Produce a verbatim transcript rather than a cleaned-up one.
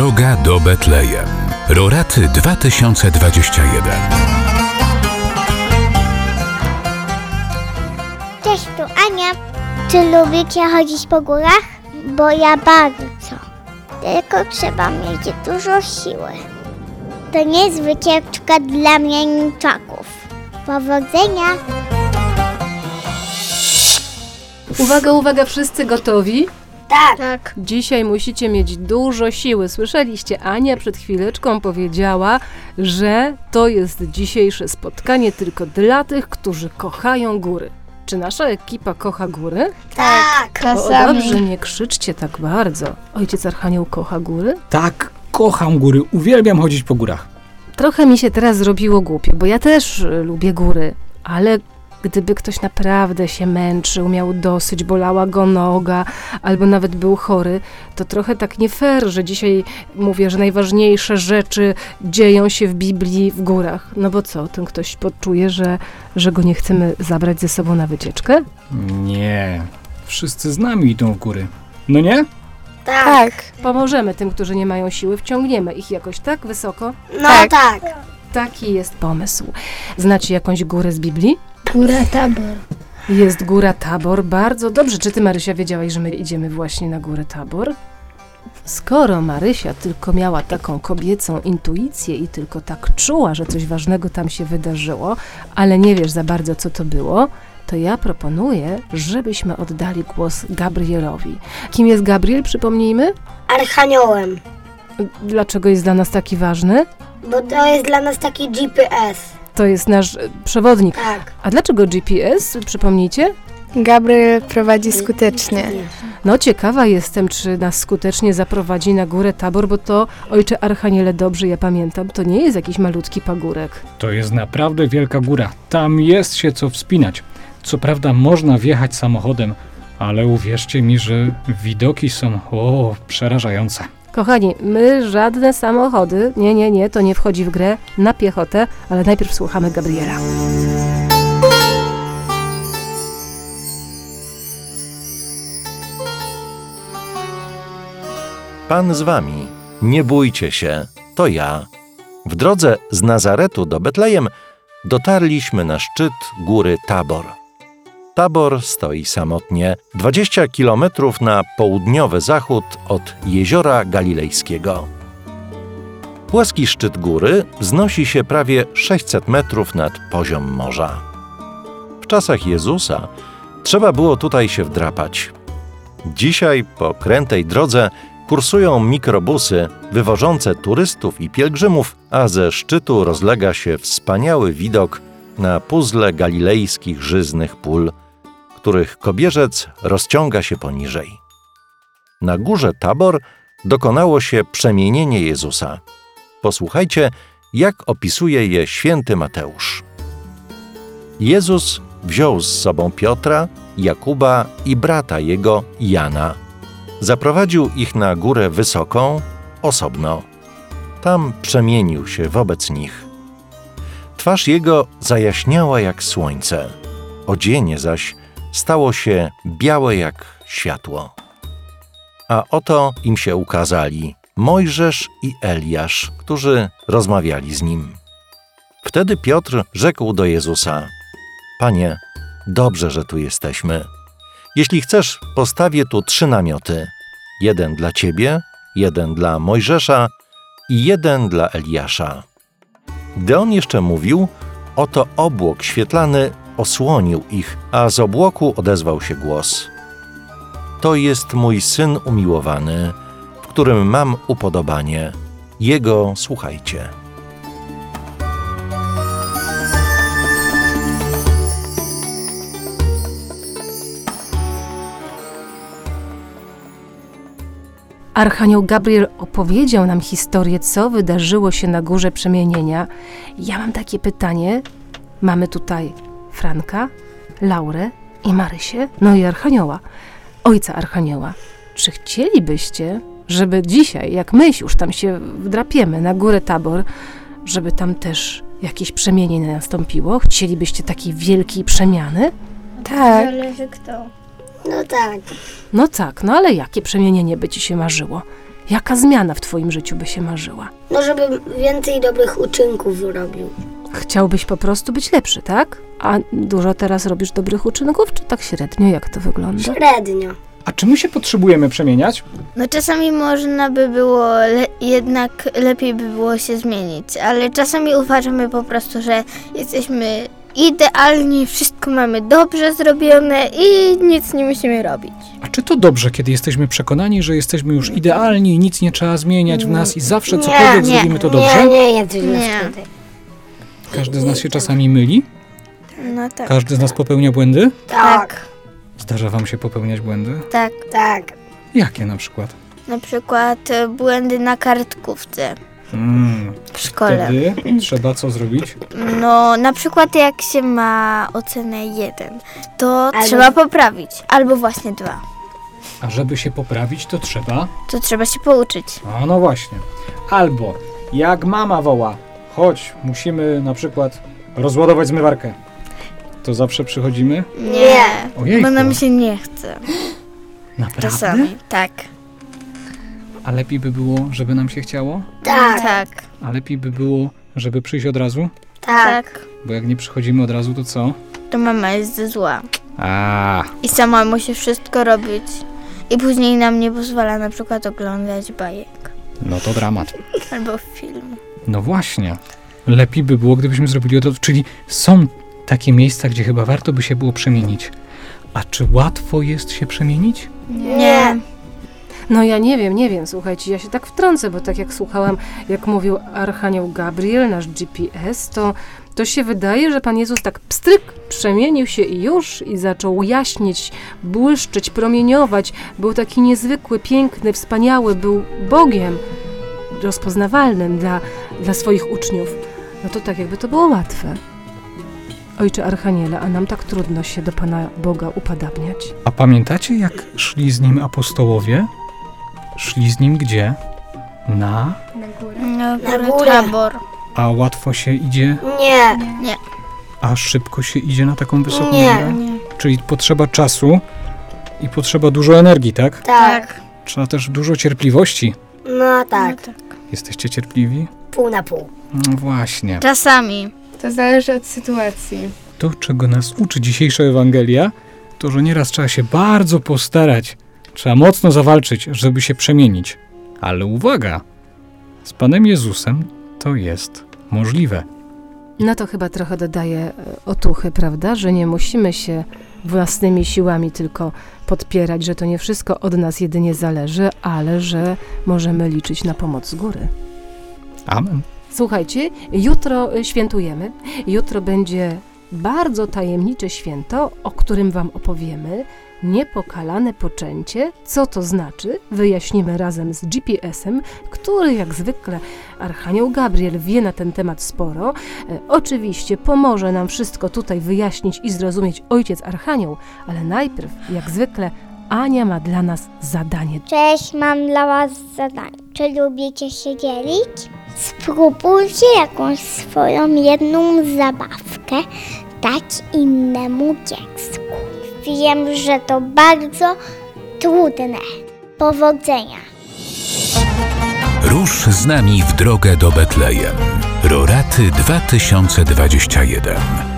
Droga do Betlejem. Roraty dwa tysiące dwadzieścia jeden. Cześć, tu Ania. Czy lubicie chodzić po górach? Bo ja bardzo. Tylko trzeba mieć dużo siły. To nie jest wycieczka dla mięczaków. Powodzenia! Uwaga, uwaga, wszyscy gotowi? Tak. Tak. Dzisiaj musicie mieć dużo siły. Słyszeliście, Ania przed chwileczką powiedziała, że to jest dzisiejsze spotkanie tylko dla tych, którzy kochają góry. Czy nasza ekipa kocha góry? Tak. O, dobrze, nie krzyczcie tak bardzo. Ojciec Archanioł kocha góry? Tak, kocham góry. Uwielbiam chodzić po górach. Trochę mi się teraz zrobiło głupio, bo ja też y, lubię góry, ale gdyby ktoś naprawdę się męczył, miał dosyć, bolała go noga, albo nawet był chory, to trochę tak nie fair, że dzisiaj mówię, że najważniejsze rzeczy dzieją się w Biblii w górach. No bo co, ten ktoś poczuje, że, że go nie chcemy zabrać ze sobą na wycieczkę? Nie, wszyscy z nami idą w góry. No nie? Tak. Pomożemy tym, którzy nie mają siły, wciągniemy ich jakoś tak wysoko? No tak. tak. Taki jest pomysł. Znacie jakąś górę z Biblii? Góra Tabor. Jest góra Tabor. Bardzo dobrze. Czy ty, Marysia, wiedziałaś, że my idziemy właśnie na górę Tabor? Skoro Marysia tylko miała taką kobiecą intuicję i tylko tak czuła, że coś ważnego tam się wydarzyło, ale nie wiesz za bardzo, co to było, to ja proponuję, żebyśmy oddali głos Gabrielowi. Kim jest Gabriel, przypomnijmy? Archaniołem, Dlaczego jest dla nas taki ważny? bo to jest dla nas taki G P S. To jest nasz e, przewodnik. Tak. A dlaczego G P S, przypomnijcie? Gabriel prowadzi skutecznie. No ciekawa jestem, czy nas skutecznie zaprowadzi na górę Tabor, bo to, ojcze Archaniele, dobrze ja pamiętam, to nie jest jakiś malutki pagórek. To jest naprawdę wielka góra. Tam jest się co wspinać. Co prawda można wjechać samochodem, ale uwierzcie mi, że widoki są o, przerażające. Kochani, my żadne samochody, nie, nie, nie, to nie wchodzi w grę, na piechotę, ale najpierw słuchamy Gabriela. Pan z wami, nie bójcie się, to ja. W drodze z Nazaretu do Betlejem dotarliśmy na szczyt góry Tabor. Tabor stoi samotnie dwadzieścia kilometrów na południowy zachód od Jeziora Galilejskiego. Płaski szczyt góry wznosi się prawie sześćset metrów nad poziom morza. W czasach Jezusa trzeba było tutaj się wdrapać. Dzisiaj po krętej drodze kursują mikrobusy wywożące turystów i pielgrzymów, a ze szczytu rozlega się wspaniały widok na puzzle galilejskich żyznych pól, których kobierzec rozciąga się poniżej. Na górze Tabor dokonało się przemienienie Jezusa. Posłuchajcie, jak opisuje je święty Mateusz. Jezus wziął z sobą Piotra, Jakuba i brata jego Jana. Zaprowadził ich na górę wysoką, osobno. Tam przemienił się wobec nich. Twarz jego zajaśniała jak słońce, odzienie zaś stało się białe jak światło. A oto im się ukazali Mojżesz i Eliasz, którzy rozmawiali z nim. Wtedy Piotr rzekł do Jezusa: Panie, dobrze, że tu jesteśmy. Jeśli chcesz, postawię tu trzy namioty. Jeden dla Ciebie, jeden dla Mojżesza i jeden dla Eliasza. Gdy on jeszcze mówił, oto obłok świetlany osłonił ich, a z obłoku odezwał się głos: To jest mój Syn umiłowany, w którym mam upodobanie. Jego słuchajcie. Archanioł Gabriel opowiedział nam historię, co wydarzyło się na górze przemienienia. Ja mam takie pytanie. Mamy tutaj Franka, Laurę i Marysię, no i Archanioła, ojca Archanioła. Czy chcielibyście, żeby dzisiaj, jak my już tam się wdrapiemy na górę Tabor, żeby tam też jakieś przemienienie nastąpiło? Chcielibyście takiej wielkiej przemiany? Tak. Zależy kto. No tak. No tak, no ale jakie przemienienie by ci się marzyło? Jaka zmiana w twoim życiu by się marzyła? No, żeby więcej dobrych uczynków robił. Chciałbyś po prostu być lepszy, tak? A dużo teraz robisz dobrych uczynków, czy tak średnio? Jak to wygląda? Średnio. A czy my się potrzebujemy przemieniać? No czasami można by było, le- jednak lepiej by było się zmienić, ale czasami uważamy po prostu, że jesteśmy idealni, wszystko mamy dobrze zrobione i nic nie musimy robić. A czy to dobrze, kiedy jesteśmy przekonani, że jesteśmy już idealni i nic nie trzeba zmieniać w nas i zawsze cokolwiek nie, zrobimy to Nie, dobrze? nie jesteśmy Nie. wtedy. Każdy z nas się czasami myli? No tak. Każdy z nas popełnia błędy? Tak, Zdarza wam się popełniać błędy? Tak. tak. Jakie na przykład? Na przykład e, błędy na kartkówce Mm, w szkole. wtedy trzeba co zrobić? No na przykład jak się ma ocenę jeden, to Albo- trzeba poprawić. Albo właśnie dwa. A żeby się poprawić, to trzeba... To trzeba się pouczyć. A no właśnie. Albo jak mama woła, chodź, musimy na przykład rozładować zmywarkę. To zawsze przychodzimy? Nie. Ojejku. Bo nam się nie chce. Naprawdę? Czasami. Tak. A lepiej by było, żeby nam się chciało? Tak, Tak. A lepiej by było, żeby przyjść od razu? tak. Tak. Bo jak nie przychodzimy od razu, to co? To mama jest zła. A, I sama musi wszystko robić. I później nam nie pozwala na przykład oglądać bajek. no to dramat. Albo film. No właśnie. Lepiej by było, gdybyśmy zrobili od razu. Czyli są takie miejsca, gdzie chyba warto by się było przemienić. A czy łatwo jest się przemienić? Nie. No ja nie wiem, nie wiem, słuchajcie, ja się tak wtrącę, bo tak jak słuchałam, jak mówił Archanioł Gabriel, nasz G P S, to, to się wydaje, że Pan Jezus tak pstryk, przemienił się i już, i zaczął jaśnieć, błyszczeć, promieniować. Był taki niezwykły, piękny, wspaniały, był Bogiem rozpoznawalnym dla, dla swoich uczniów. No to tak jakby to było łatwe. Ojcze Archaniele, a nam tak trudno się do Pana Boga upadabniać. A pamiętacie, jak szli z nim apostołowie? Szli z nim gdzie? Na... Na Na górę górę. Tabor. A łatwo się idzie? Nie, A szybko się idzie na taką wysoką Nie. górę? Czyli potrzeba czasu i potrzeba dużo energii, tak? tak. Trzeba też dużo cierpliwości. No tak, Jesteście cierpliwi? pół na pół. No właśnie. Czasami. To zależy od sytuacji. To, czego nas uczy dzisiejsza Ewangelia, to, że nieraz trzeba się bardzo postarać. Trzeba mocno zawalczyć, żeby się przemienić. Ale uwaga! Z Panem Jezusem to jest możliwe. No to chyba trochę dodaje e, otuchy, prawda? Że nie musimy się własnymi siłami tylko podpierać, że to nie wszystko od nas jedynie zależy, ale że możemy liczyć na pomoc z góry. Amen. Słuchajcie, jutro y, świętujemy. Jutro będzie bardzo tajemnicze święto, o którym Wam opowiemy. Niepokalane poczęcie. Co to znaczy? Wyjaśnimy razem z G P S-em, który jak zwykle Archanioł Gabriel wie na ten temat sporo. E, oczywiście pomoże nam wszystko tutaj wyjaśnić i zrozumieć Ojciec Archanioł, ale najpierw, jak zwykle, Ania ma dla nas zadanie. Cześć, mam dla was zadanie. Czy lubicie się dzielić? Spróbujcie jakąś swoją jedną zabawkę dać innemu dziecku. Wiem, że to bardzo trudne. Powodzenia. Rusz z nami w drogę do Betlejem. Roraty dwa tysiące dwadzieścia jeden.